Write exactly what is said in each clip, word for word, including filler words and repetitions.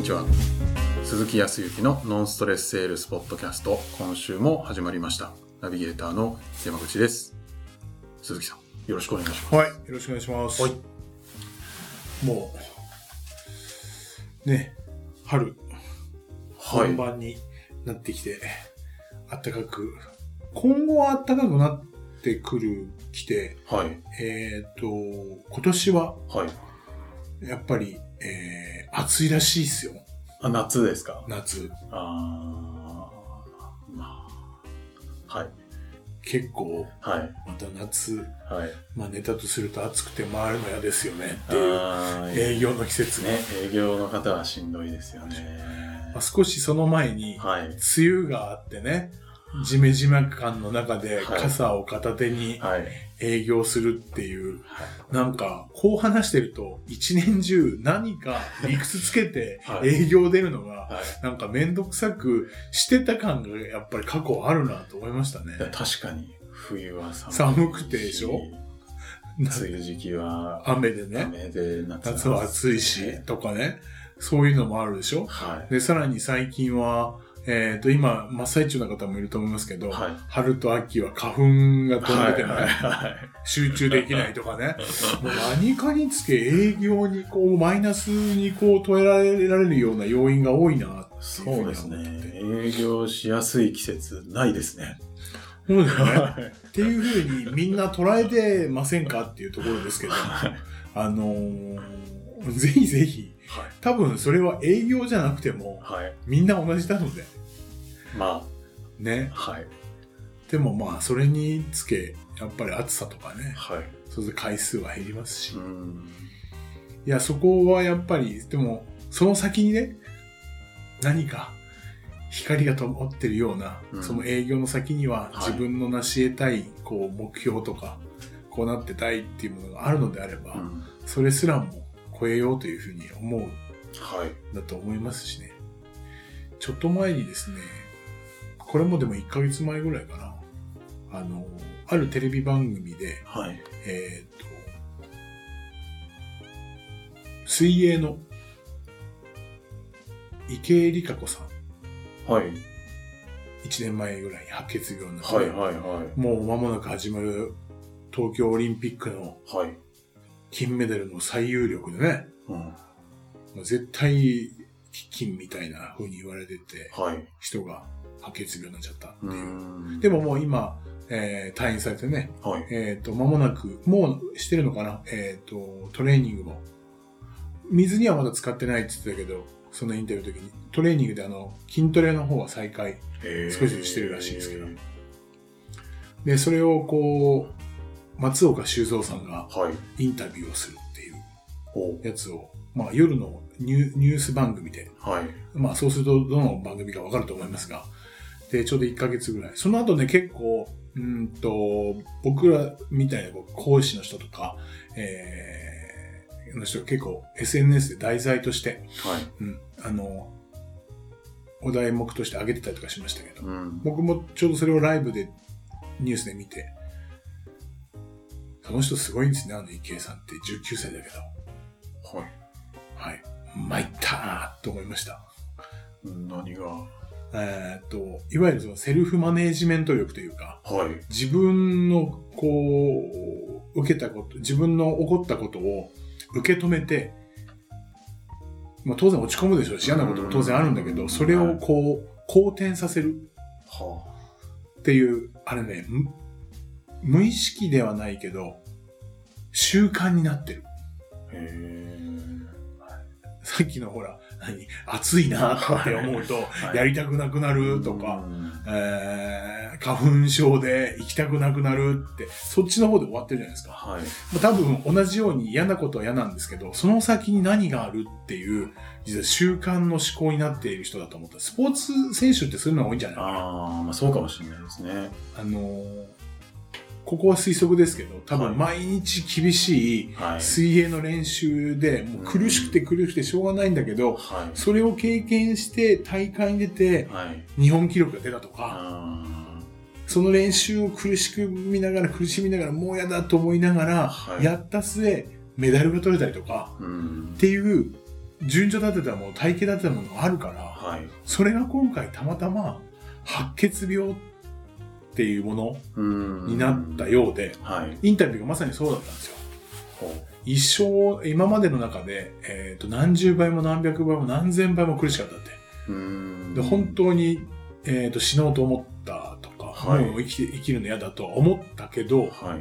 にちは。鈴木康之のノンストレスセールスポッドキャスト、今週も始まりました。ナビゲーターの山口です。鈴木さん、よろしくお願いします。 はい、よろしくお願いします。はい、もうね、春本番になってきて、はい、暖かく、今後は暖かくなってくるきて、はい、えっと今年は、はい、やっぱり、えー、暑いらしいですよ。 あ、夏ですか？ 夏。 あー、まあ、はい。 結構、 はい、 また夏、 はい、 まあネタとすると暑くて回るの嫌ですよねっていう営業の季節ね。営業の方はしんどいですよね。 まあ、少しその前に、はい、梅雨があってね、ジメジメ感の中で傘を片手に営業するっていう、はい、なんかこう話してると一年中何か理屈つけて営業出るのがなんかめんどくさくしてた感がやっぱり過去あるなと思いましたね。 確かに冬は寒い寒くてでしょ。 梅雨時期は雨でね、 雨で 夏, 夏は暑いしとかね、そういうのもあるでしょ、はい、でさらに最近はえっと、今、真っ最中の方もいると思いますけど、はい、春と秋は花粉が飛んでてね、はいはい、集中できないとかね、もう何かにつけ営業にこう、マイナスにこう、捉えられられるような要因が多いなっていうふうに思ってて。 そうですね。営業しやすい季節ないですね。 そうですね。っていうふうにみんな捉えてませんかっていうところですけど、はい、あのー、ぜひぜひ、はい、多分それは営業じゃなくても、はい、みんな同じなので。 まあ。 ね。 はい。 でもまあ、それにつけ、やっぱり暑さとかね。 はい。 そうすると回数は減りますし。 うん。 いや、そこはやっぱり、でも、その先にね、何か光が灯ってるような、うん、その営業の先には自分の成し得たい、こう、目標とか、こうなってたいっていうものがあるのであれば、うん、それすらも超えようというふうに思う。 はい。 だと思いますしね。ちょっと前にですね、これもでもいっかげつまえぐらいかな。あの、あるテレビ番組で、はい、えっと、水泳の池江璃花子さん。はい。いちねんまえぐらいに白血病になって、はいはいはい、もう間もなく始まる東京オリンピックの金メダルの最有力でね、うん、もう絶対金みたいな風に言われてて、はい、人が白血病になっちゃったっていう。うでももう今、えー、退院されてね、はい、えっと、間もなく、もうしてるのかな、えっと、トレーニングも。水にはまだ使ってないって言ってたけど、そのインタビューの時に、トレーニングであの、筋トレの方は再開、少しずつしてるらしいですけど。で、それをこう、松岡修造さんがインタビューをするっていうやつを、はい、まあ夜のニュ、ニュース番組で、はい、まあそうするとどの番組かわかると思いますが、で、ちょうどいっかげつぐらい。その後ね、結構、うんと、僕らみたいな講師の人とか、えー、の人が結構 エスエヌエス で題材として、はい、うん、あの、お題目として上げてたりとかしましたけど、うん、僕もちょうどそれをライブで、ニュースで見て、その人すごいんですね、あの池江さんってじゅうきゅうさいだけど。はい。はい。参ったなと思いました。 何がえー、っと、いわゆるそのセルフマネージメント力というか、はい、自分のこう、受けたこと、自分の起こったことを受け止めて、まあ当然落ち込むでしょうし、嫌なことも当然あるんだけど、それをこう、好転させる。はあ、っていう、あれね、無意識ではないけど、習慣になってる。へー。さっきのほら、何暑いなって思うと、やりたくなくなるとか、はいえー、花粉症で行きたくなくなるって、そっちの方で終わってるじゃないですか。はい、多分同じように嫌なことは嫌なんですけど、その先に何があるっていう、実は習慣の思考になっている人だと思った。スポーツ選手ってそういうのが多いんじゃないかな。 ああ、まあそうかもしれないですね。 あのー、ここは推測ですけど、多分毎日厳しい水泳の練習で、もう苦しくて苦しくてしょうがないんだけど、はい、それを経験して大会に出て、日本記録が出たとか、はい、その練習を苦しく見ながら苦しみながらもうやだと思いながら、はい、やった末、メダルが取れたりとか、っていう、 順序立てたもの、体系立てたものがあるから、はい、それが今回たまたま白血病っていうものになったようで、はい、インタビューがまさにそうだったんですよ。一生、今までの中で、えっと、何十倍も何百倍も何千倍も苦しかったって。うーんで本当に、えっと、死のうと思ったとか、はい、もう生き、生きるの嫌だと思ったけど、はい、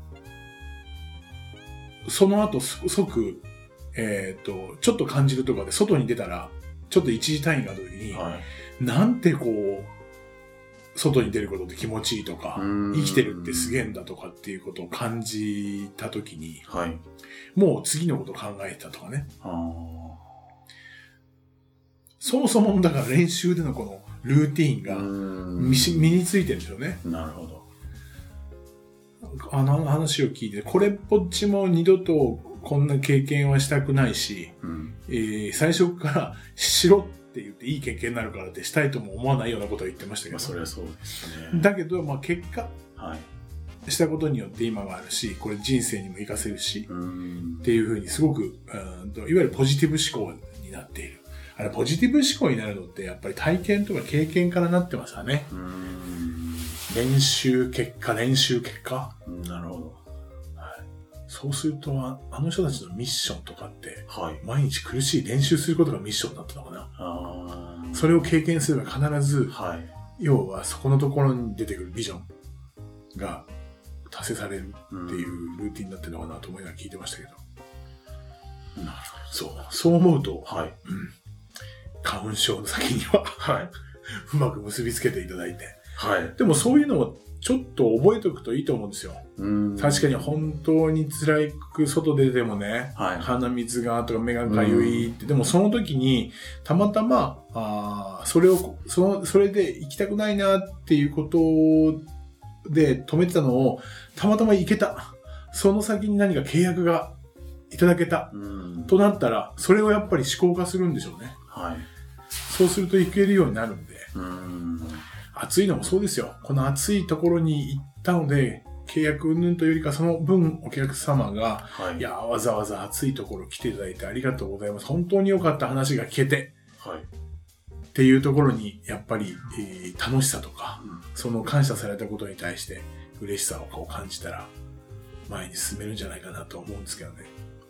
その後即、えっと、ちょっと感じるとかで外に出たら、ちょっと一時単位があった時に、はい、なんてこう、外に出ることって気持ちいいとか、生きてるってすげえんだとかっていうことを感じたときに、はい、もう次のことを考えたとかね。そもそもだから練習でのこのルーティーンが身についてるんですよね。 なるほど。 あの話を聞いて、これっぽっちも二度とこんな経験はしたくないし、うんえー、最初からしろって言っていい経験になるからってしたいとも思わないようなことを言ってましたけど。まあ、 それはそうですね。 だけど、まあ結果、はい、したことによって今があるし、これ人生にも活かせるし、うんっていうふうにすごく、うんと、いわゆるポジティブ思考になっている。あれ、ポジティブ思考になるのってやっぱり体験とか経験からなってますよね。うん練習結果、練習結果。 なるほど。 そうすると、あの人たちのミッションとかって、はい、毎日苦しい練習することがミッションだったのかな。あそれを経験すれば必ず、はい、要はそこのところに出てくるビジョンが達成されるっていうルーティンになってるのかなと思いながら聞いてましたけど。なるほど。そう。そう思うと、はいうん、花粉症の先には、はい、うまく結びつけていただいて。はい、でもそういうのをちょっと覚えておくといいと思うんですよ。うん確かに本当に辛く外出てもね、はい、鼻水がとか目がかゆいって、でもその時にたまたま、あそれを、その、それで行きたくないなっていうことで止めてたのをたまたま行けた。その先に何か契約がいただけた。となったら、それをやっぱり思考化するんでしょうね。はい、そうすると行けるようになるんで。うん暑いのもそうですよ。この暑いところに行ったので、契約云々というよりかその分お客様が、はい、いや、わざわざ暑いところ来ていただいてありがとうございます。本当に良かった話が聞けて、はい、っていうところに、やっぱり、えー、楽しさとか、うん、その感謝されたことに対して嬉しさを感じたら、前に進めるんじゃないかなと思うんですけどね。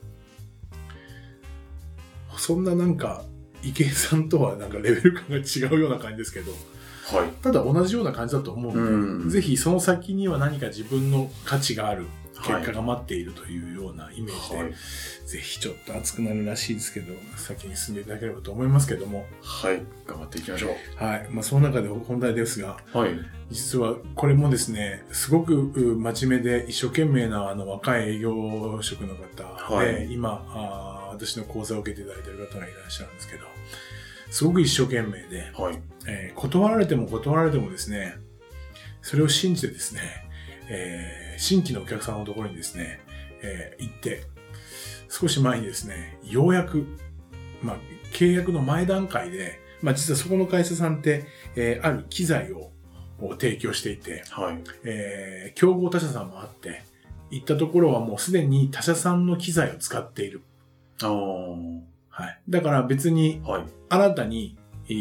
そんななんか、池江さんとはなんかレベル感が違うような感じですけど、はい、ただ同じような感じだと思うので、うん、ぜひその先には何か自分の価値がある結果が待っているというようなイメージで、はい、ぜひちょっと熱くなるらしいですけど、先に進んでいただければと思いますけども。 はい、頑張っていきましょう。はい、まあその中で本題ですが、はい、実はこれもですね、すごく真面目で一生懸命なあの若い営業職の方で、はい、今あ、私の講座を受けていただいている方がいらっしゃるんですけど、すごく一生懸命で、はいえー、断られても断られてもですね、それを信じてですね、えー、新規のお客さんのところにですね、えー、行って、少し前にですね、ようやく、まあ、契約の前段階で、まあ、実はそこの会社さんって、えー、ある機材を提供していて、はいえー、競合他社さんもあって、行ったところはもうすでに他社さんの機材を使っている。あーはい。だから別に、新たに、はい、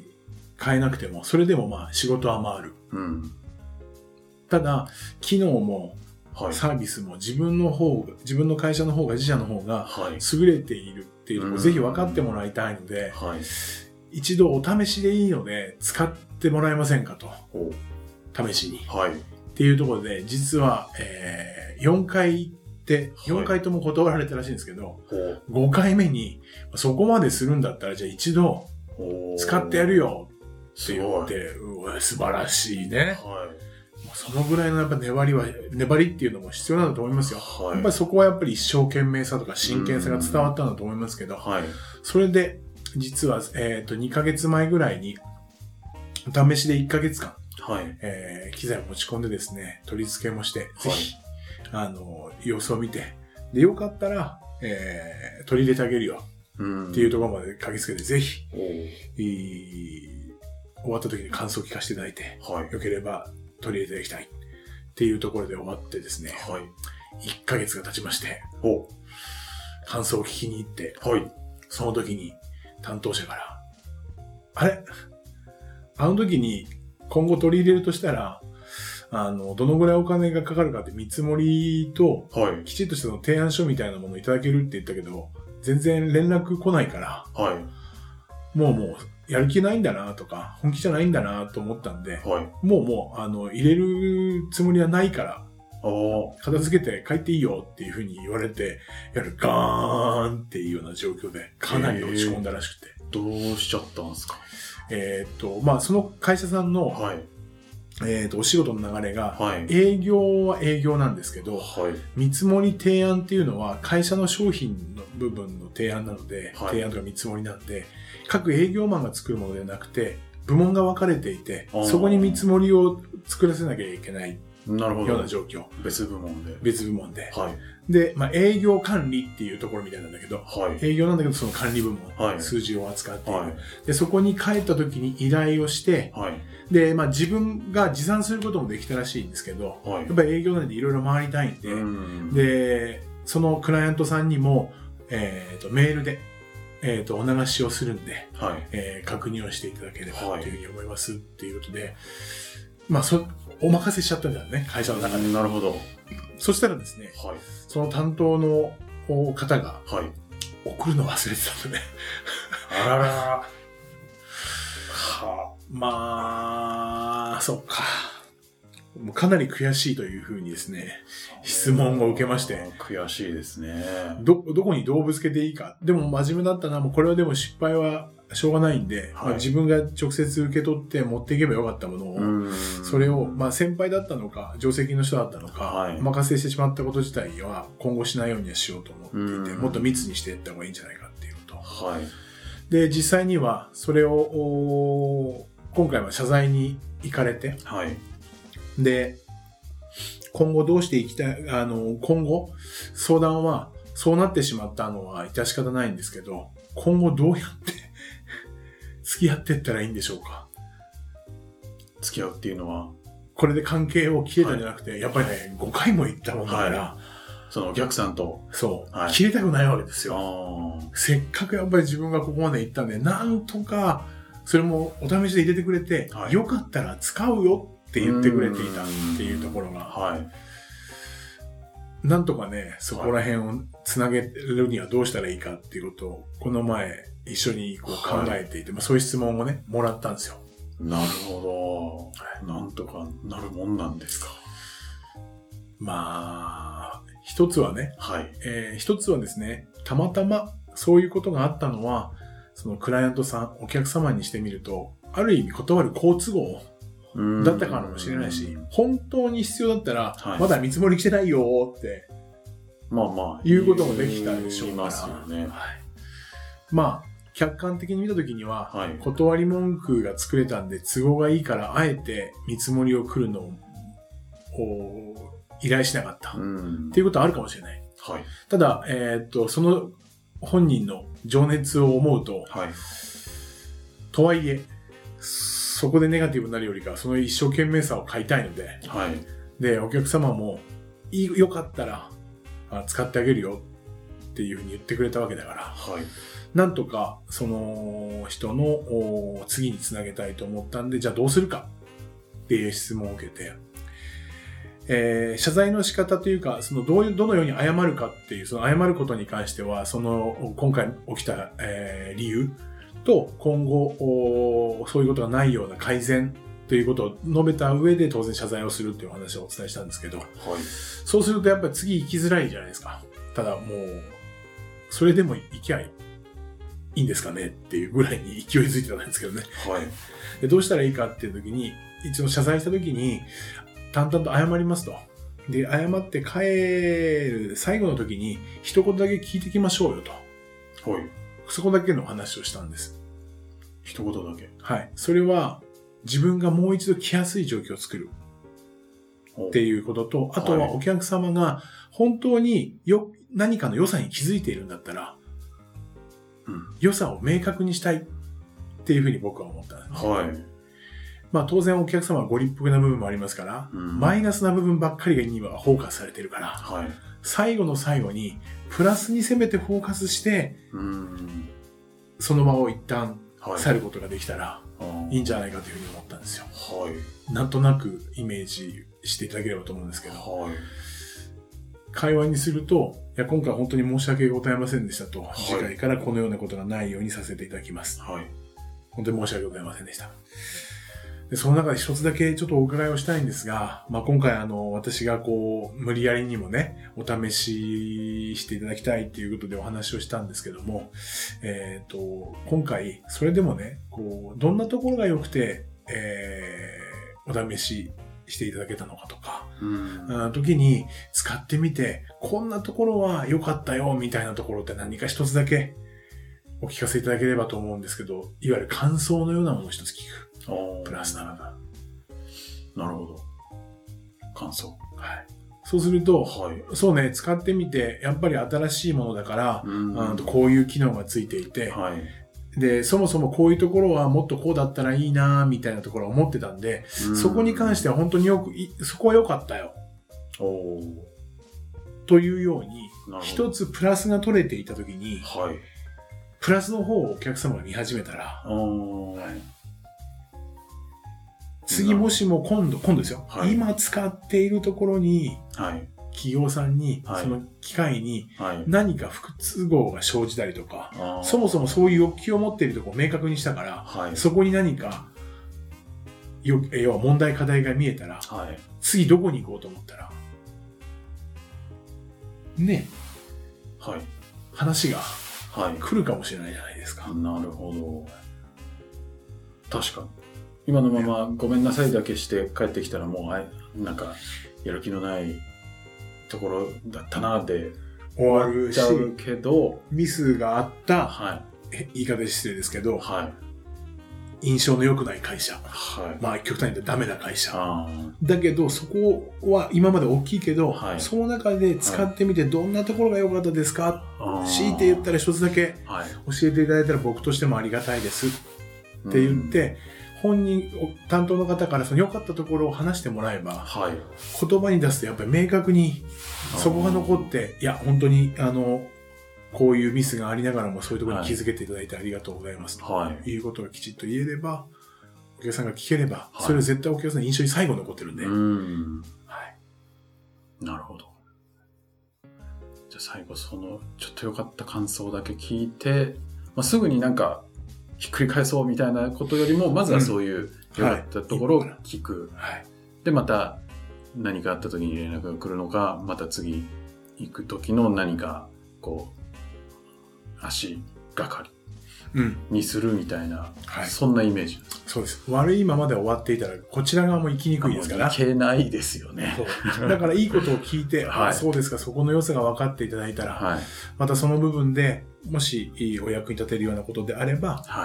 変えなくても、それでもまあ仕事は回る。うん、ただ、機能も、サービスも自分の方が、自分の会社の方が、自社の方が優れているっていうところをぜひ分かってもらいたいので、はい、一度お試しでいいので使ってもらえませんかと。試しに。はい、っていうところで、実は、えー、よんかいで、よんかいとも断られたらしいんですけど、はい、ごかいめに、そこまでするんだったら、じゃあ一度、使ってやるよって言って、うわ素晴らしいね。はい、そのぐらいのやっぱ粘りは、粘りっていうのも必要なんだと思いますよ。はい、やっぱりそこはやっぱり一生懸命さとか真剣さが伝わったんだと思いますけど、はい、それで、実は、えっと、にかげつまえぐらいに、試しでいっかげつかん、はいえー、機材を持ち込んでですね、取り付けもして、ぜひ、あの、様子を見て、で、よかったら、えー、取り入れてあげるよ。っていうところまで駆けつけて、ぜひ、終わった時に感想を聞かせていただいて、はい、よければ取り入れていただきたい。っていうところで終わってですね、はい、いっかげつが経ちまして、感想を聞きに行って、はい、 その時に担当者から、あれあの時に今後取り入れるとしたら、あの、どのぐらいお金がかかるかって見積もりと、はい、きちっとした提案書みたいなものをいただけるって言ったけど、全然連絡来ないから、はい、もうもう、やる気ないんだなとか、本気じゃないんだなと思ったんで、はい、もうもう、あの、入れるつもりはないから、片付けて帰っていいよっていうふうに言われて、やるガーンっていうような状況で、かなり落ち込んだらしくて。 えー、どうしちゃったんですか？ えー、っと、まあ、その会社さんの、はい、えー、っと、お仕事の流れが、はい、営業は営業なんですけど、はい、見積もり提案っていうのは会社の商品の部分の提案なので、はい、提案とか見積もりなんで、各営業マンが作るものではなくて、部門が分かれていて、そこに見積もりを作らせなきゃいけない。なるほど。ような状況。 別部門で。 別部門で。はい。で、まあ、営業管理っていうところみたいなんだけど、はい。営業なんだけど、その管理部門。はい。数字を扱っている。はい。で、そこに帰った時に依頼をして、はい。で、まあ、自分が持参することもできたらしいんですけど、はい。やっぱり営業なんでいろいろ回りたいんで、うん。で、そのクライアントさんにも、えっと、メールで、えっと、お流しをするんで、はい。えー、確認をしていただければというふうに思いますっていうことで、まあ、そ、お任せしちゃったんだよね、会社の中で。 なるほど。 そしたらですね、はい、その担当の方が、はい、送るの忘れてたんだね。 あららら。 はあ、まあ、そっか。もうかなり悔しいというふうにですね、質問を受けまして。 悔しいですね。 ど、どこにどうぶつけていいか。でも真面目だったな、もうこれはでも失敗はしょうがないんで、はい、まあ、自分が直接受け取って持っていけばよかったものを、それを、まあ先輩だったのか、上席の人だったのか、はい、お任せしてしまったこと自体は今後しないようにはしようと思っていて、もっと密にしていった方がいいんじゃないかっていうこと。はい、で、実際にはそれを、今回は謝罪に行かれて、はい、で、今後どうしていきたい、あの、今後、相談は、そうなってしまったのは致し方ないんですけど、今後どうやって付き合っていったらいいんでしょうか？ 付き合うっていうのはこれで関係を切れたんじゃなくて、はい、やっぱりね、ごかいも行ったもんだから、はい、 そのお客さんと。 そう、はい。切れたくないわけですよ。せっかくやっぱり自分がここまで行ったんで、なんとか、それもお試しで入れてくれて、はい、よかったら使うよって言ってくれていたっていうところが、はい、なんとかね、そこら辺をつなげるにはどうしたらいいかっていうことを、この前一緒にこう考えていて、はい、まあ、そういう質問をね、もらったんですよ。 なるほど。なんとかなるもんなんですか。 まあ、一つはね、はい、えー、一つはですね、たまたまそういうことがあったのは、そのクライアントさん、お客様にしてみると、ある意味断る好都合だったかもしれないし、本当に必要だったら、はい、まだ見積もり来てないよって、まあまあ、いうこともできたでしょうから。ますよね。はい、まあ、客観的に見たときには、はい、断り文句が作れたんで都合がいいから、あえて見積もりを来るのを依頼しなかったっていうことはあるかもしれない。はい、ただ、えー、っと、その本人の情熱を思うと、はい、とはいえ、そこでネガティブになるよりか、その一生懸命さを買いたいので、はい、で、お客様も、よかったら使ってあげるよっていうふうに言ってくれたわけだから、はい、なんとかその人の次につなげたいと思ったんで、じゃあどうするかっていう質問を受けて、えー、謝罪の仕方というか、そのどういう、どのように謝るかっていう、その謝ることに関しては、その今回起きた、えー、理由と今後そういうことがないような改善ということを述べた上で当然謝罪をするっていう話をお伝えしたんですけど、はい、そうするとやっぱり次行きづらいじゃないですか。ただもうそれでも行きゃいいんですかねっていうぐらいに勢いづいてたんですけどね、はい、でどうしたらいいかっていう時に、一応謝罪した時に淡々と謝りますと。で、謝って帰る最後の時に一言だけ聞いてきましょうよと。はい。そこだけの話をしたんです。 一言だけ。 はい。それは自分がもう一度来やすい状況を作るっていうことと、あとはお客様が本当によ何かの良さに気づいているんだったら、うん、良さを明確にしたいっていうふうに僕は思ったんです、ね。はい。まあ当然お客様はご立腹な部分もありますから、うん、マイナスな部分ばっかりが今はフォーカスされてるから、はい、最後の最後にプラスにせめてフォーカスして、うん、 その場を一旦去ることができたらいいんじゃないかというふうに思ったんですよ。 はい。 なんとなくイメージしていただければと思うんですけど、 はい、 会話にすると、いや、今回本当に申し訳ございませんでしたと、はい、次回からこのようなことがないようにさせていただきます。はい、本当に申し訳ございませんでした。で、その中で一つだけちょっとお伺いをしたいんですが、まあ、今回あの、私がこう、無理やりにもね、お試ししていただきたいっていうことでお話をしたんですけども、えっと、今回、それでもね、こう、どんなところが良くて、えー、お試ししていただけたのかとか、うん、時に使ってみて、こんなところは良かったよ、みたいなところって何か一つだけお聞かせいただければと思うんですけど、いわゆる感想のようなものを一つ聞く。プラスなのか。 なるほど。感想。 はい。そうすると、はい、そうね、使ってみて、やっぱり新しいものだから、うんうん、とこういう機能がついていて、はい、で、そもそもこういうところはもっとこうだったらいいなみたいなところを思ってたんで、うん、そこに関しては本当によく、そこは良かったよ。おというように、一つプラスが取れていたときに、はい、プラスの方をお客様が見始めたら、はい次もしも今度、今度ですよ、はい。今使っているところに、はい、企業さんに、はい、その機械に何か不都合が生じたりとか、はい、そもそもそういう欲求を持っているところを明確にしたから、はい、そこに何か、要は問題課題が見えたら、はい、次どこに行こうと思ったら、ね、はい、話が来るかもしれないじゃないですか。 はい、なるほど。確かに。今のままごめんなさいだけして帰ってきたらもうあなんかやる気のないところだったなで終わるし、 終わっちゃうけどミスがあった、はい、言い方失礼ですけど、はい、印象の良くない会社、はい、まあ極端に言うとダメな会社だけどそこは今まで大きいけど、はい、その中で使ってみてどんなところが良かったですか、はい、強いて言ったら一つだけ教えていただいたら僕としてもありがたいですって言って、うん本人、担当の方からその良かったところを話してもらえば、はい、言葉に出すとやっぱり明確にそこが残って、いや、本当に、あの、こういうミスがありながらもそういうところに気づけていただいてありがとうございます。はい。ということがきちっと言えれば、お客さんが聞ければ、はい、それは絶対お客さんの印象に最後残ってるんで。うん。はい。 なるほど。じゃあ最後その、ちょっと良かった感想だけ聞いて、まあ、すぐになんか、ひっくり返そうみたいなことよりも、まずはそういう良かったところを聞く。うんはい、で、また何かあった時に連絡が来るのか、また次行く時の何か、こう、足がかりにするみたいな、うんはい、そんなイメージです。 そうです。悪いままで終わっていたら、こちら側も行きにくいですから。 行けないですよね。 そうだからいいことを聞いて、はい、あそうですか、そこの良さが分かっていただいたら、はい、またその部分で、もしお役に立てるようなことであれば、はい、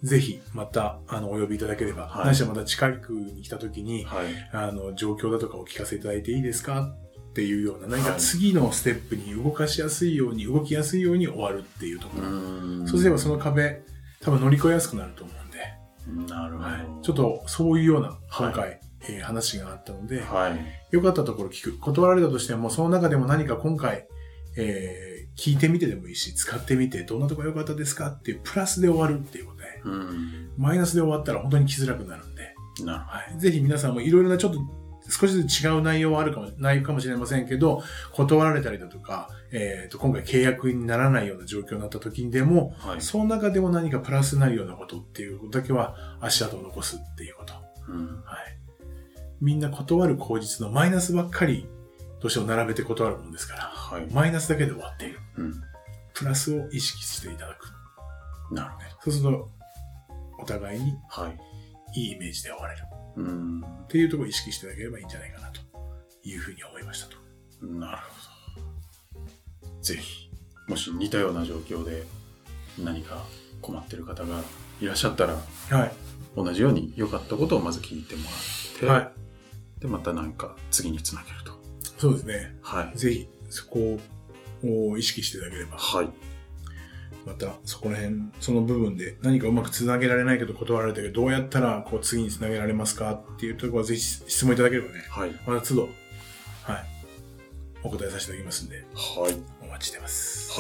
ぜひまたあのお呼びいただければ、はい、ないしはまた近くに来た時に、はい、あの状況だとかお聞かせいただいていいですかっていうような何か次のステップに動かしやすいように動きやすいように終わるっていうところ、はい、そうすればその壁多分乗り越えやすくなると思うんで、 なるほど、はい、 ちょっとそういうような今回、はいえー、話があったので、はい、よかったところ聞く断られたとしてもその中でも何か今回、えー聞いてみてでもいいし、使ってみてどんなところ良かったですかっていうプラスで終わるっていうことで、うん、マイナスで終わったら本当に来づらくなるんで、なるはい、ぜひ皆さんもいろいろなちょっと少しずつ違う内容はあるかもないかもしれませんけど、断られたりだとか、えー、と今回契約にならないような状況になった時にでも、はい、その中でも何かプラスになるようなことっていうことだけは足跡を残すっていうこと、うんはい、みんな断る口実のマイナスばっかりどうしても並べて断るもんですから、はい、マイナスだけで終わっている、うん、プラスを意識していただく。なるほど。そうするとお互いにいいイメージで終われる、うん、っていうところを意識していただければいいんじゃないかなというふうに思いましたと。 なるほど。ぜひもし似たような状況で何か困っている方がいらっしゃったら、はい、同じように良かったことをまず聞いてもらって、はい、でまた何か次につなげると。 そうですね。はい。ぜひ、そこを意識していただければ。はい。また、そこら辺、その部分で何かうまくつなげられないけど断られたけど、どうやったらこう次につなげられますかっていうところはぜひ質問いただければね。はい。また都度、はい。お答えさせていただきますんで。はい。お待ちしてます。 はい。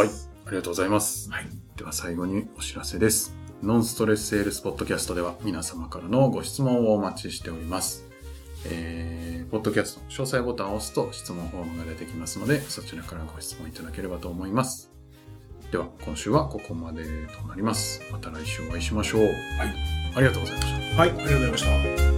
ありがとうございます。はい。では最後にお知らせです。ノンストレスセールスポッドキャストでは皆様からのご質問をお待ちしております。えー、ポッドキャストの詳細ボタンを押すと質問フォームが出てきますので、そちらからご質問いただければと思います。では今週はここまでとなります。また来週お会いしましょう。はい。ありがとうございました。 はい、ありがとうございました。